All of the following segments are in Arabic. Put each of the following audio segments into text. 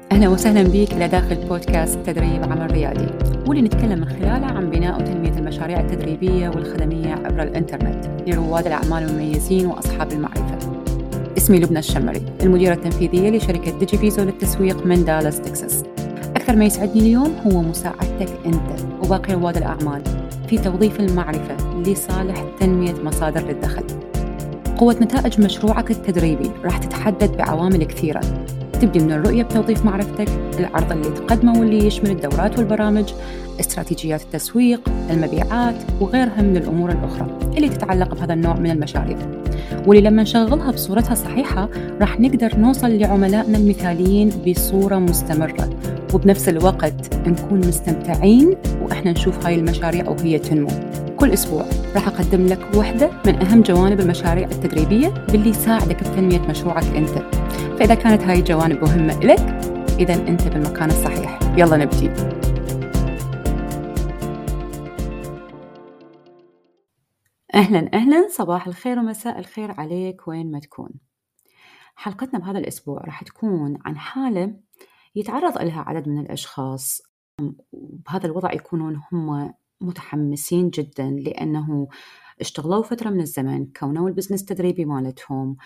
أهلا وسهلا بك إلى داخل بودكاست تدريب عمل ريادي، واللي نتكلم من خلاله عن بناء وتنمية المشاريع التدريبية والخدمية عبر الإنترنت لرواد الأعمال المميزين وأصحاب المعرفة. اسمي لبنى الشمري، المديرة التنفيذية لشركة ديجي فيزو للتسويق من دالاس تكساس. أكثر ما يسعدني اليوم هو مساعدتك أنت وباقي رواد الأعمال في توظيف المعرفة لصالح تنمية مصادر للدخل. قوة نتائج مشروعك التدريبي راح تتحدد بعوامل كثيرة، تبدي من الرؤية بتوظيف معرفتك، العرض اللي تقدمه واللي يشمل الدورات والبرامج، استراتيجيات التسويق، المبيعات وغيرها من الأمور الأخرى اللي تتعلق بهذا النوع من المشاريع، واللي لما نشغلها بصورتها الصحيحة راح نقدر نوصل لعملائنا المثاليين بصورة مستمرة، وبنفس الوقت نكون مستمتعين وإحنا نشوف هاي المشاريع وهي تنمو. كل أسبوع راح أقدم لك واحدة من أهم جوانب المشاريع التدريبية باللي يساعدك بتنمية مشروعك أنت. فإذا كانت هاي الجوانب مهمة لك، إذن أنت بالمكان الصحيح. يلا نبتدي. أهلا، صباح الخير ومساء الخير عليك وين ما تكون. حلقتنا بهذا الأسبوع راح تكون عن حالة يتعرض لها عدد من الأشخاص، وبهذا الوضع يكونون هم متحمسين جدا لأنه اشتغلوا فترة من الزمن، كونوا البزنس التدريبي مالتهم،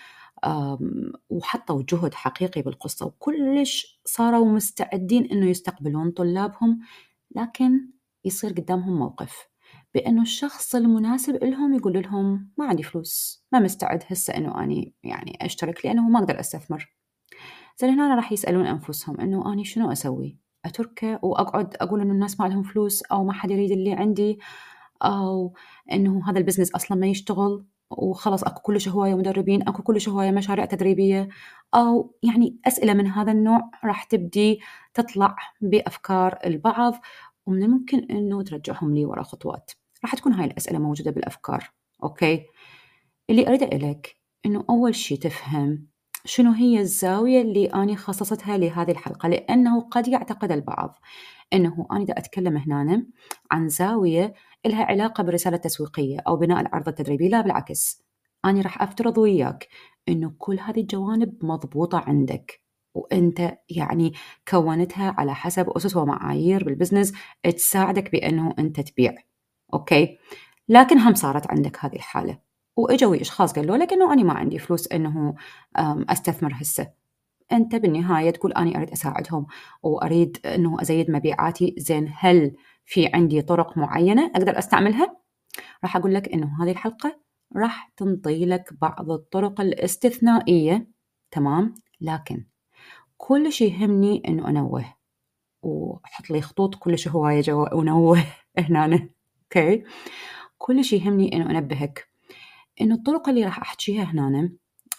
وحطوا جهد حقيقي بالقصة، وكلش صاروا مستعدين إنه يستقبلون طلابهم، لكن يصير قدامهم موقف بأنه الشخص المناسب لهم يقول لهم ما عندي فلوس، ما مستعد هسه إنه أني أشترك لأنه ما أقدر أستثمر. زين هنا راح يسألون أنفسهم إنه أني شنو أسوي؟ أتركه وأقعد أقول إنه الناس ما لهم فلوس، أو ما حد يريد اللي عندي، أو إنه هذا البزنس أصلا ما يشتغل وخلاص أكو كلش هواية مدربين، أكو كلش هواية مشاريع تدريبية، أو أسئلة من هذا النوع راح تبدي تطلع بأفكار البعض، ومن الممكن إنه ترجعهم لي وراء خطوات. راح تكون هاي الأسئلة موجودة بالأفكار. أوكي، اللي أريد أقولك إنه أول شي تفهم شنو هي الزاوية اللي أنا خصصتها لهذه الحلقة، لأنه قد يعتقد البعض إنه أنا دا أتكلم هنا عن زاوية إلها علاقة بالرسالة التسويقية أو بناء العرض التدريبي. لا بالعكس، أنا راح أفترض وياك إنه كل هذه الجوانب مضبوطة عندك، وأنت كونتها على حسب أسس ومعايير بالبزنس تساعدك بأنه أنت تبيع. أوكي، لكن هم صارت عندك هذه الحالة وإجوا أشخاص قالوا لك إنه أنا ما عندي فلوس إنه أستثمر هسه. أنت بالنهاية تقول أنا أريد أساعدهم وأريد إنه أزيد مبيعاتي. زين، هل في عندي طرق معينة أقدر أستعملها؟ راح أقول لك إنه هذه الحلقة راح تنطي لك بعض الطرق الاستثنائية، تمام؟ لكن كل شيء يهمني إنه أنوه، وحط لي خطوط كلش هواية جوا ونوه هنا. أوكي، كل شيء يهمني إنه أنبهك إنه الطرق اللي راح أحكيها هنا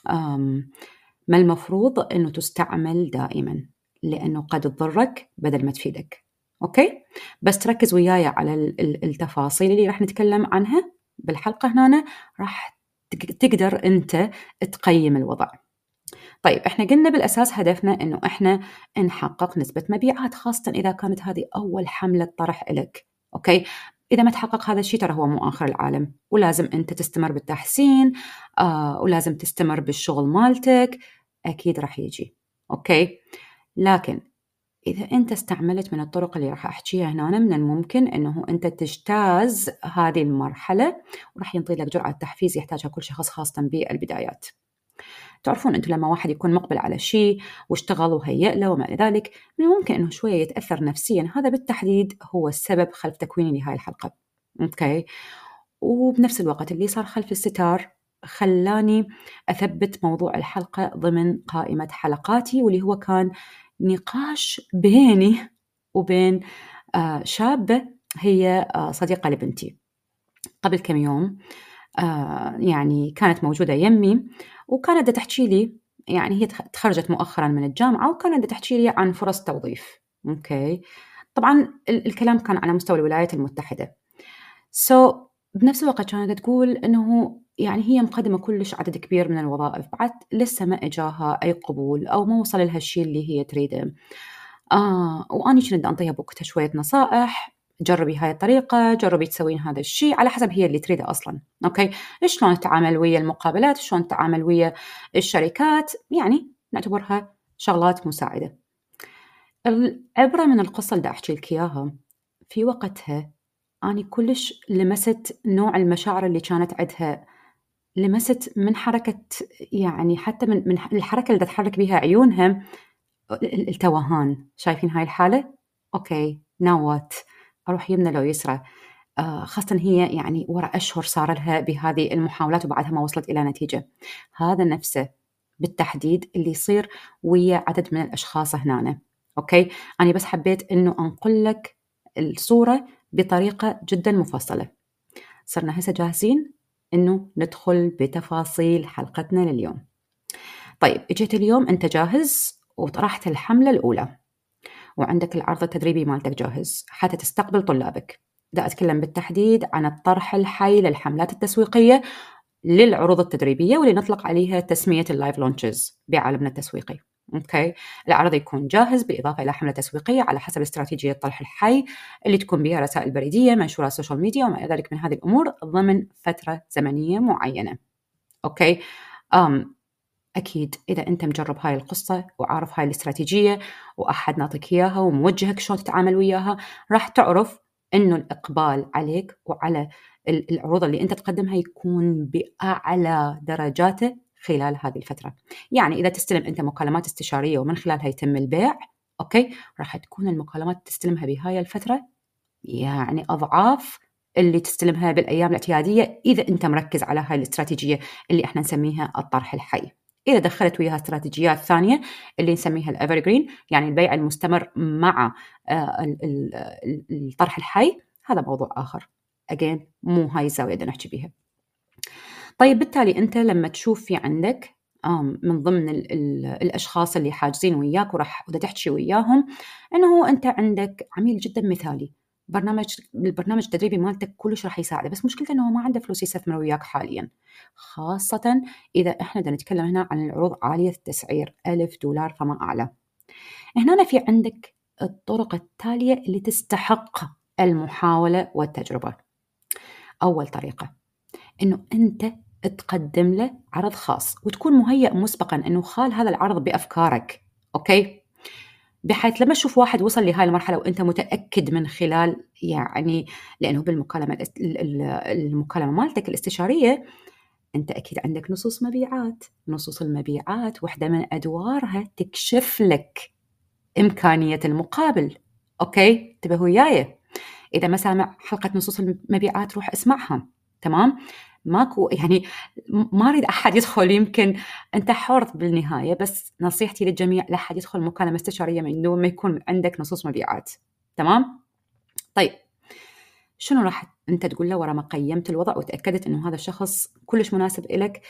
ما المفروض إنه تستعمل دائما، لأنه قد تضرك بدل ما تفيدك. أوكي، بس تركز وياي على التفاصيل اللي راح نتكلم عنها بالحلقة هنا، راح تقدر أنت تقيم الوضع. طيب، إحنا قلنا بالأساس هدفنا إنه إحنا نحقق نسبة مبيعات، خاصة إذا كانت هذه أول حملة طرح إلك. أوكي، إذا ما تحقق هذا الشيء ترى هو مو آخر العالم، ولازم أنت تستمر بالتحسين، ولازم تستمر بالشغل مالتك، أكيد راح يجي. أوكي، لكن إذا أنت استعملت من الطرق اللي راح أحكيها هنا، من الممكن أنه أنت تجتاز هذه المرحلة، وراح ينطي لك جرعة تحفيز يحتاجها كل شخص، خاصة بالبدايات. تعرفون أنتم لما واحد يكون مقبل على شيء واشتغل وهيأ له وما إلى ذلك، من الممكن أنه شوية يتأثر نفسيا. هذا بالتحديد هو السبب خلف تكويني لهاي الحلقة. أوكي، وبنفس الوقت اللي صار خلف الستار خلاني أثبت موضوع الحلقة ضمن قائمة حلقاتي، واللي هو كان نقاش بيني وبين شابة هي صديقة لبنتي. قبل كم يوم كانت موجودة يمي، وكانت تحكي لي، هي تخرجت مؤخرا من الجامعة، وكانت تحكي لي عن فرص توظيف. أوكي، طبعا الكلام كان على مستوى الولايات المتحدة. بنفس الوقت كانت تقول إنه هي مقدمة كلش عدد كبير من الوظائف، بعد لسه ما إجاها أي قبول أو ما وصل لها الشيء اللي هي تريده. وأني كنت أنطيها بوقتها شوية نصائح، جربي هاي الطريقة، جربي تسوين هذا الشيء على حسب هي اللي تريده أصلا. أوكي، شلون تتعامل ويا المقابلات، شلون تتعامل ويا الشركات، نعتبرها شغلات مساعدة. العبرة من القصة اللي أحكي لك إياها في وقتها أني كلش لمست نوع المشاعر اللي كانت عندها، لمست من حركة، يعني حتى من الحركة اللي تتحرك بها عيونها، التوهان. شايفين هاي الحالة؟ أوكي ناوات أروح يمنى لو يسرى. خاصة هي يعني ورا أشهر صار لها بهذه المحاولات وبعدها ما وصلت إلى نتيجة. هذا نفسه بالتحديد اللي يصير ويا عدد من الأشخاص هنا. أوكي، أنا بس حبيت إنه أنقل لك الصورة بطريقة جدا مفصلة. صرنا هسه جاهزين إنه ندخل بتفاصيل حلقتنا لليوم. طيب اجيت اليوم أنت جاهز وطرحت الحملة الأولى وعندك العرض التدريبي مالتك جاهز حتى تستقبل طلابك. دا أتكلم بالتحديد عن الطرح الحي للحملات التسويقية للعروض التدريبية واللي نطلق عليها تسمية اللايف لونشز بعالمنا التسويقي. اوكي، العرض يكون جاهز بالاضافه الى حمله تسويقيه على حسب استراتيجيه الطرح الحي اللي تكون بها رسائل بريديه، منشورات سوشيال ميديا وما الى ذلك من هذه الامور ضمن فتره زمنيه معينه. اوكي، اكيد اذا انت مجرب هاي القصه وعارف هاي الاستراتيجيه واحد ناطيك اياها وموجهك شلون تتعامل وياها، راح تعرف انه الاقبال عليك وعلى العروض اللي انت تقدمها يكون باعلى درجاته خلال هذه الفتره. يعني اذا تستلم انت مكالمات استشاريه ومن خلالها يتم البيع، اوكي، راح تكون المكالمات تستلمها بهاي الفتره يعني اضعاف اللي تستلمها بالايام الاعتياديه اذا انت مركز على هاي الاستراتيجيه اللي احنا نسميها الطرح الحي. إذا دخلت وياها استراتيجيات ثانية اللي نسميها الأفرجرين، يعني البيع المستمر مع الطرح الحي، هذا موضوع آخر. again مو هاي الزاوية اللي نحكي بيها. طيب بالتالي أنت لما تشوف في عندك من ضمن الأشخاص اللي حاجزين وياك وراح تحكي وياهم أنه أنت عندك عميل جدا مثالي، البرنامج التدريبي مالتك كلش راح يساعده، بس مشكلته انه ما عنده فلوس يستثمر وياك حاليا، خاصة اذا احنا بدنا نتكلم هنا عن العروض عالية التسعير $1000 فما اعلى. هنا في عندك الطرق التالية اللي تستحق المحاولة والتجربة. اول طريقة انه انت تقدم له عرض خاص وتكون مهيئ مسبقا انه خال هذا العرض بافكارك. اوكي، بحيث لما تشوف واحد وصل لهاي المرحلة وأنت متأكد من خلال يعني لأنه المكالمة مالتك الاستشارية أنت أكيد عندك نصوص مبيعات. نصوص المبيعات واحدة من أدوارها تكشف لك إمكانية المقابل. أوكي، انتبهوا وياي، إذا ما سامع حلقة نصوص المبيعات روح اسمعها. تمام، ماكو يعني ما أريد أحد يدخل، يمكن أنت حر بالنهاية، بس نصيحتي للجميع لا أحد يدخل مكالمة استشارية من دون ما يكون عندك نصوص مبيعات. تمام، طيب شنو راح أنت تقول له ورا ما قيمت الوضع وتأكدت أنه هذا الشخص كلش مناسب إلك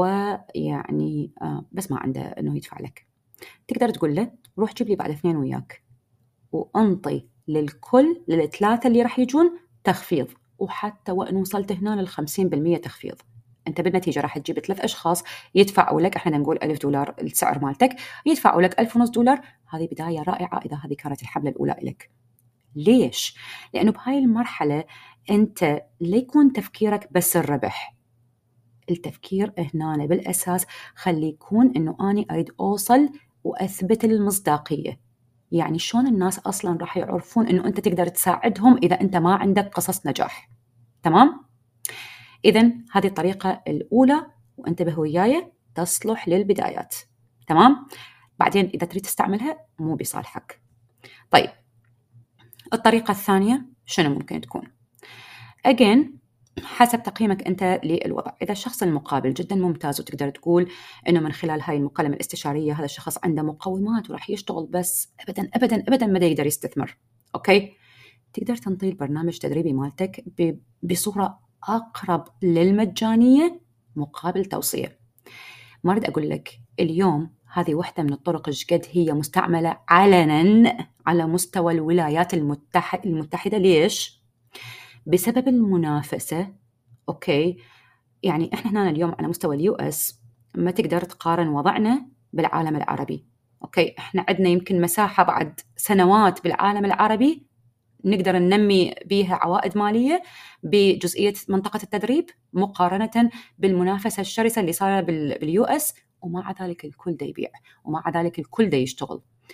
ويعني بس ما عنده أنه يدفع لك؟ تقدر تقول له روح جيب لي بعد 2 وياك وأنطي للكل للثلاثة اللي راح يجون تخفيض، وحتى وإن وصلت هنا لل50% تخفيض، أنت بالنتيجة راح تجيب 3 أشخاص يدفعوا لك، إحنا نقول $1000 السعر مالتك، يدفعوا لك $1500. هذه بداية رائعة إذا هذه كانت الحملة الأولى لك. ليش؟ لأنه بهاي المرحلة أنت ليكون تفكيرك بس الربح. التفكير هنا بالأساس خلي يكون إنه أنا أريد أوصل وأثبت المصداقية. يعني شلون الناس أصلاً راح يعرفون إنه أنت تقدر تساعدهم إذا أنت ما عندك قصص نجاح؟ تمام؟ إذن هذه الطريقة الأولى وانتبه وياي تصلح للبدايات. تمام؟ بعدين إذا تريد تستعملها مو بصالحك. طيب الطريقة الثانية شنو ممكن تكون؟ again حسب تقييمك أنت للوضع. إذا الشخص المقابل جدا ممتاز وتقدر تقول إنه من خلال هاي المكالمة الاستشارية هذا الشخص عنده مقومات وراح يشتغل، بس أبدا أبدا أبدا ما يقدر يستثمر، أوكي، تقدر تنطي البرنامج التدريبي مالتك بصورة أقرب للمجانية مقابل توصية. ما أريد أقول لك اليوم هذه واحدة من الطرق جد هي مستعملة علنا على مستوى الولايات المتحدة. ليش؟ بسبب المنافسة. أوكي، يعني إحنا هنا اليوم على مستوى US ما تقدر تقارن وضعنا بالعالم العربي. أوكي، إحنا عندنا يمكن مساحة بعد سنوات بالعالم العربي نقدر ننمي بيها عوائد مالية بجزئية منطقة التدريب مقارنة بالمنافسة الشرسة اللي صايرة US، ومع ذلك الكل دا يبيع ومع ذلك الكل دا يشتغل.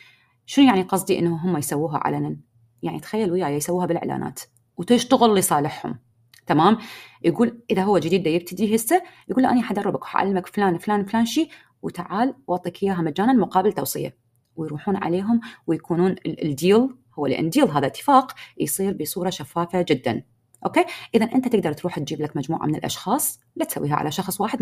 شنو يعني قصدي إنه هم يسووها علنا؟ يعني تخيل وياي يسووها بالإعلانات وتشتغل لصالحهم. تمام؟ يقول إذا هو جديد دا يبتدي هسه، يقول له أنا حدربك وحعلمك فلان فلان فلان شيء، وتعال وأعطيك إياها مجانا مقابل توصية. ويروحون عليهم ويكونون الديل، هو لأن ديل هذا اتفاق يصير بصورة شفافة جدا. أوكي؟ إذا أنت تقدر تروح تجيب لك مجموعة من الأشخاص، لا تسويها على شخص واحد،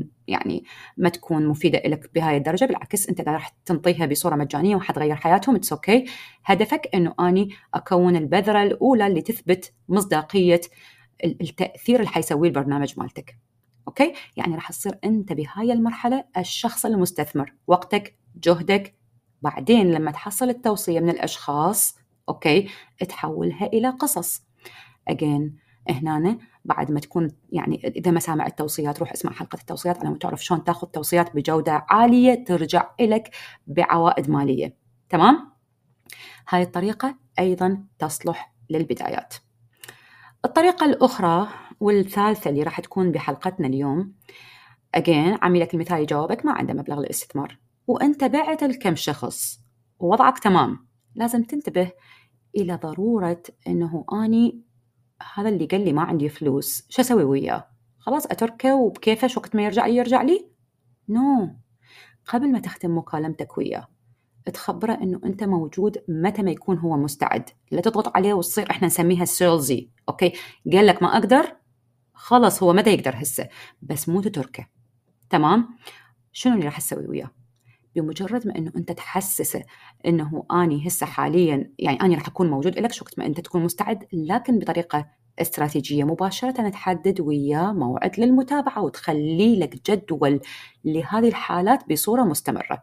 ما تكون مفيدة لك بهاي الدرجة. بالعكس أنت راح تنطيها بصورة مجانية وحتغير حياتهم. اتس اوكي. هدفك إنه أني أكون البذرة الأولى اللي تثبت مصداقية التأثير اللي حيسويه البرنامج مالتك. أوكي؟ يعني راح تصير أنت بهاي المرحلة الشخص المستثمر، وقتك، جهدك. بعدين لما تحصل التوصية من الأشخاص، أوكي، تحولها إلى قصص. أجين هنا بعد ما تكون يعني إذا ما سامع التوصيات، روح اسمع حلقة التوصيات على ما تعرف شلون تاخذ توصيات بجودة عالية ترجع لك بعوائد مالية. تمام؟ هاي الطريقة أيضا تصلح للبدايات. الطريقة الأخرى والثالثة اللي راح تكون بحلقتنا اليوم، أجين عميلك المثالي جاوبك ما عنده مبلغ الاستثمار وأنت بعت لكم شخص ووضعك تمام، لازم تنتبه إلى ضرورة أنه أني هذا اللي قال لي ما عندي فلوس، شو أسوي وياه؟ خلاص أتركه وبكيفه وقت ما يرجع لي؟ نو. قبل ما تختم مكالمتك وياه تخبره إنه أنت موجود متى ما يكون هو مستعد. لا تضغط عليه وتصير إحنا نسميها سيلزي. أوكي، قال لك ما أقدر، خلاص هو متى يقدر هسه، بس مو تتركه. تمام؟ شنو اللي راح تسوي وياه؟ بمجرد ما إنه أنت تحسسه إنه أني هسه حاليا يعني أنا راح أكون موجود لك وقت ما أنت تكون مستعد، لكن بطريقة استراتيجية مباشرة تحدد وياه موعد للمتابعة وتخلي لك جدول لهذه الحالات بصورة مستمرة.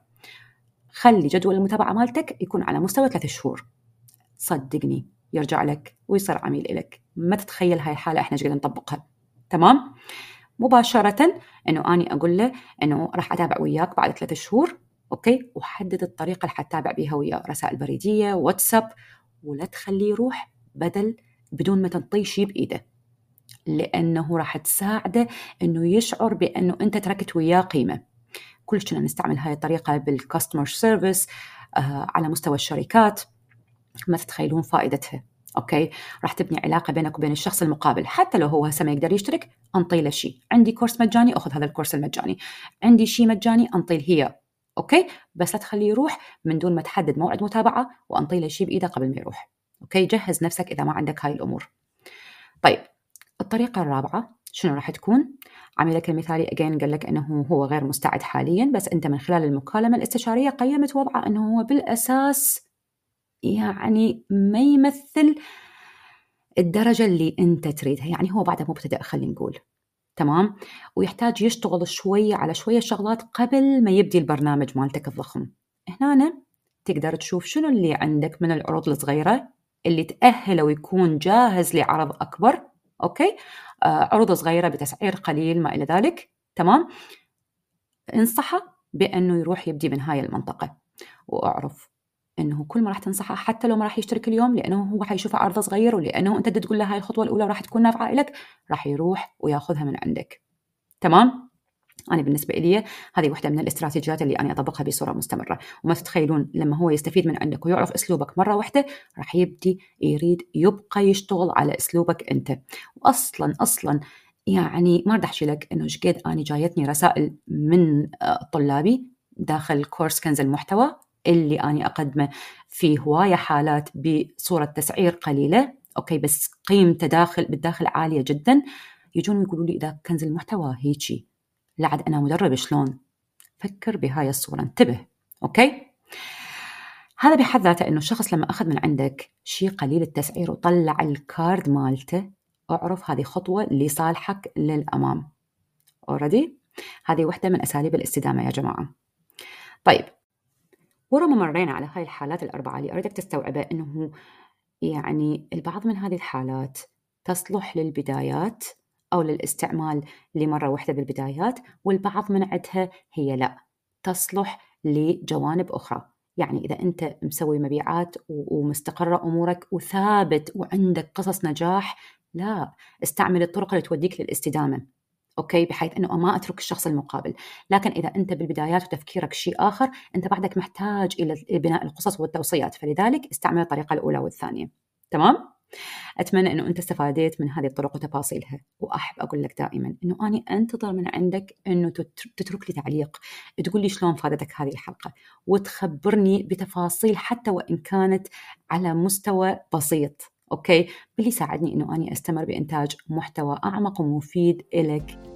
خلي جدول المتابعة مالتك يكون على مستوى 3 شهور. صدقني يرجع لك ويصير عميل لك. ما تتخيل هاي الحالة احنا جايين نطبقها. تمام؟ مباشرة انه اني اقول له انه راح اتابع وياك بعد 3 شهور. اوكي، وحدد الطريقة اللي حتتابع بيها وياه، رسائل بريدية، واتساب، ولا تخليه يروح بدون ما تنطيه شيء بايده، لانه راح تساعده انه يشعر بانه انت تركت وياه قيمة. كلش كنا نستعمل هاي الطريقة بالكاستمر سيرفيس على مستوى الشركات، ما تتخيلون فائدتها. أوكي، راح تبني علاقة بينك وبين الشخص المقابل، حتى لو هو هسه ما يقدر يشترك أنطي له شيء. عندي كورس مجاني أخذ هذا الكورس المجاني، عندي شيء مجاني أنطي له هي. أوكي، بس لا تخليه يروح من دون ما تحدد موعد متابعة وأنطي له شيء بإيده قبل ما يروح. أوكي، جهز نفسك إذا ما عندك هاي الأمور. طيب، الطريقة الرابعة شنو راح تكون؟ عميلك المثالي أجين قال لك أنه هو غير مستعد حاليا، بس أنت من خلال المكالمة الاستشارية قيمت وضعه أنه هو بالأساس يعني ما يمثل الدرجة اللي أنت تريدها، يعني هو بعده مبتدئ خلينا نقول. تمام؟ ويحتاج يشتغل شوية على شوية شغلات قبل ما يبدي البرنامج مالتك الضخم. هنا تقدر تشوف شنو اللي عندك من العروض الصغيرة اللي تأهله ويكون جاهز لعرض أكبر. أوكي؟ عروض صغيرة بتسعير قليل ما إلى ذلك. تمام؟ انصحه بأنه يروح يبدي من هاي المنطقة، وأعرف إنه كل ما راح تنصحه حتى لو ما راح يشترك اليوم، لأنه هو حيشوف عرض صغير، ولأنه أنت تقول له هاي الخطوة الأولى راح تكون نافعة لك، راح يروح وياخذها من عندك. تمام؟ أنا بالنسبة لي هذه واحدة من الاستراتيجيات اللي أنا أطبقها بصورة مستمرة. وما تتخيلون لما هو يستفيد من عندك ويعرف أسلوبك مرة واحدة راح يبدي يريد يبقى يشتغل على أسلوبك أنت. وأصلا يعني ما رح أحكي لك إنه شقد أنا جايتني رسائل من طلابي داخل كورس كنز المحتوى اللي أنا أقدمه في هواية حالات بصورة تسعير قليلة. أوكي، بس قيمته بالداخل عالية جدا. يجون يقولوا لي إذا كنز المحتوى هيجي لعد أنا مدرب شلون. فكر بهاي الصورة، انتبه. أوكي، هذا بحد ذاته إنه الشخص لما أخذ من عندك شيء قليل التسعير وطلع الكارد مالته، أعرف هذه خطوة لصالحك للأمام. already هذه واحدة من أساليب الاستدامة يا جماعة. طيب، ورا ما مرينا على هاي الحالات الأربعة اللي أريدك تستوعبه إنه يعني البعض من هذه الحالات تصلح للبدايات أو للاستعمال لمرة واحدة بالبدايات، والبعض من عندها هي لا تصلح لجوانب أخرى. يعني إذا أنت مسوي مبيعات ومستقرة أمورك وثابت وعندك قصص نجاح، لا، استعمل الطرق اللي توديك للاستدامة. أوكي، بحيث أنه ما أترك الشخص المقابل. لكن إذا أنت بالبدايات وتفكيرك شيء آخر، أنت بعدك محتاج إلى بناء القصص والتوصيات، فلذلك استعمل الطريقة الأولى والثانية. تمام؟ أتمنى أنه أنت استفاديت من هذه الطرق وتفاصيلها، وأحب أقول لك دائما أنه أنا أنتظر من عندك أنه تترك لي تعليق، تقول لي شلون فادتك هذه الحلقة، وتخبرني بتفاصيل حتى وإن كانت على مستوى بسيط. أوكي، باللي يساعدني أنه أنا أستمر بإنتاج محتوى أعمق ومفيد إلك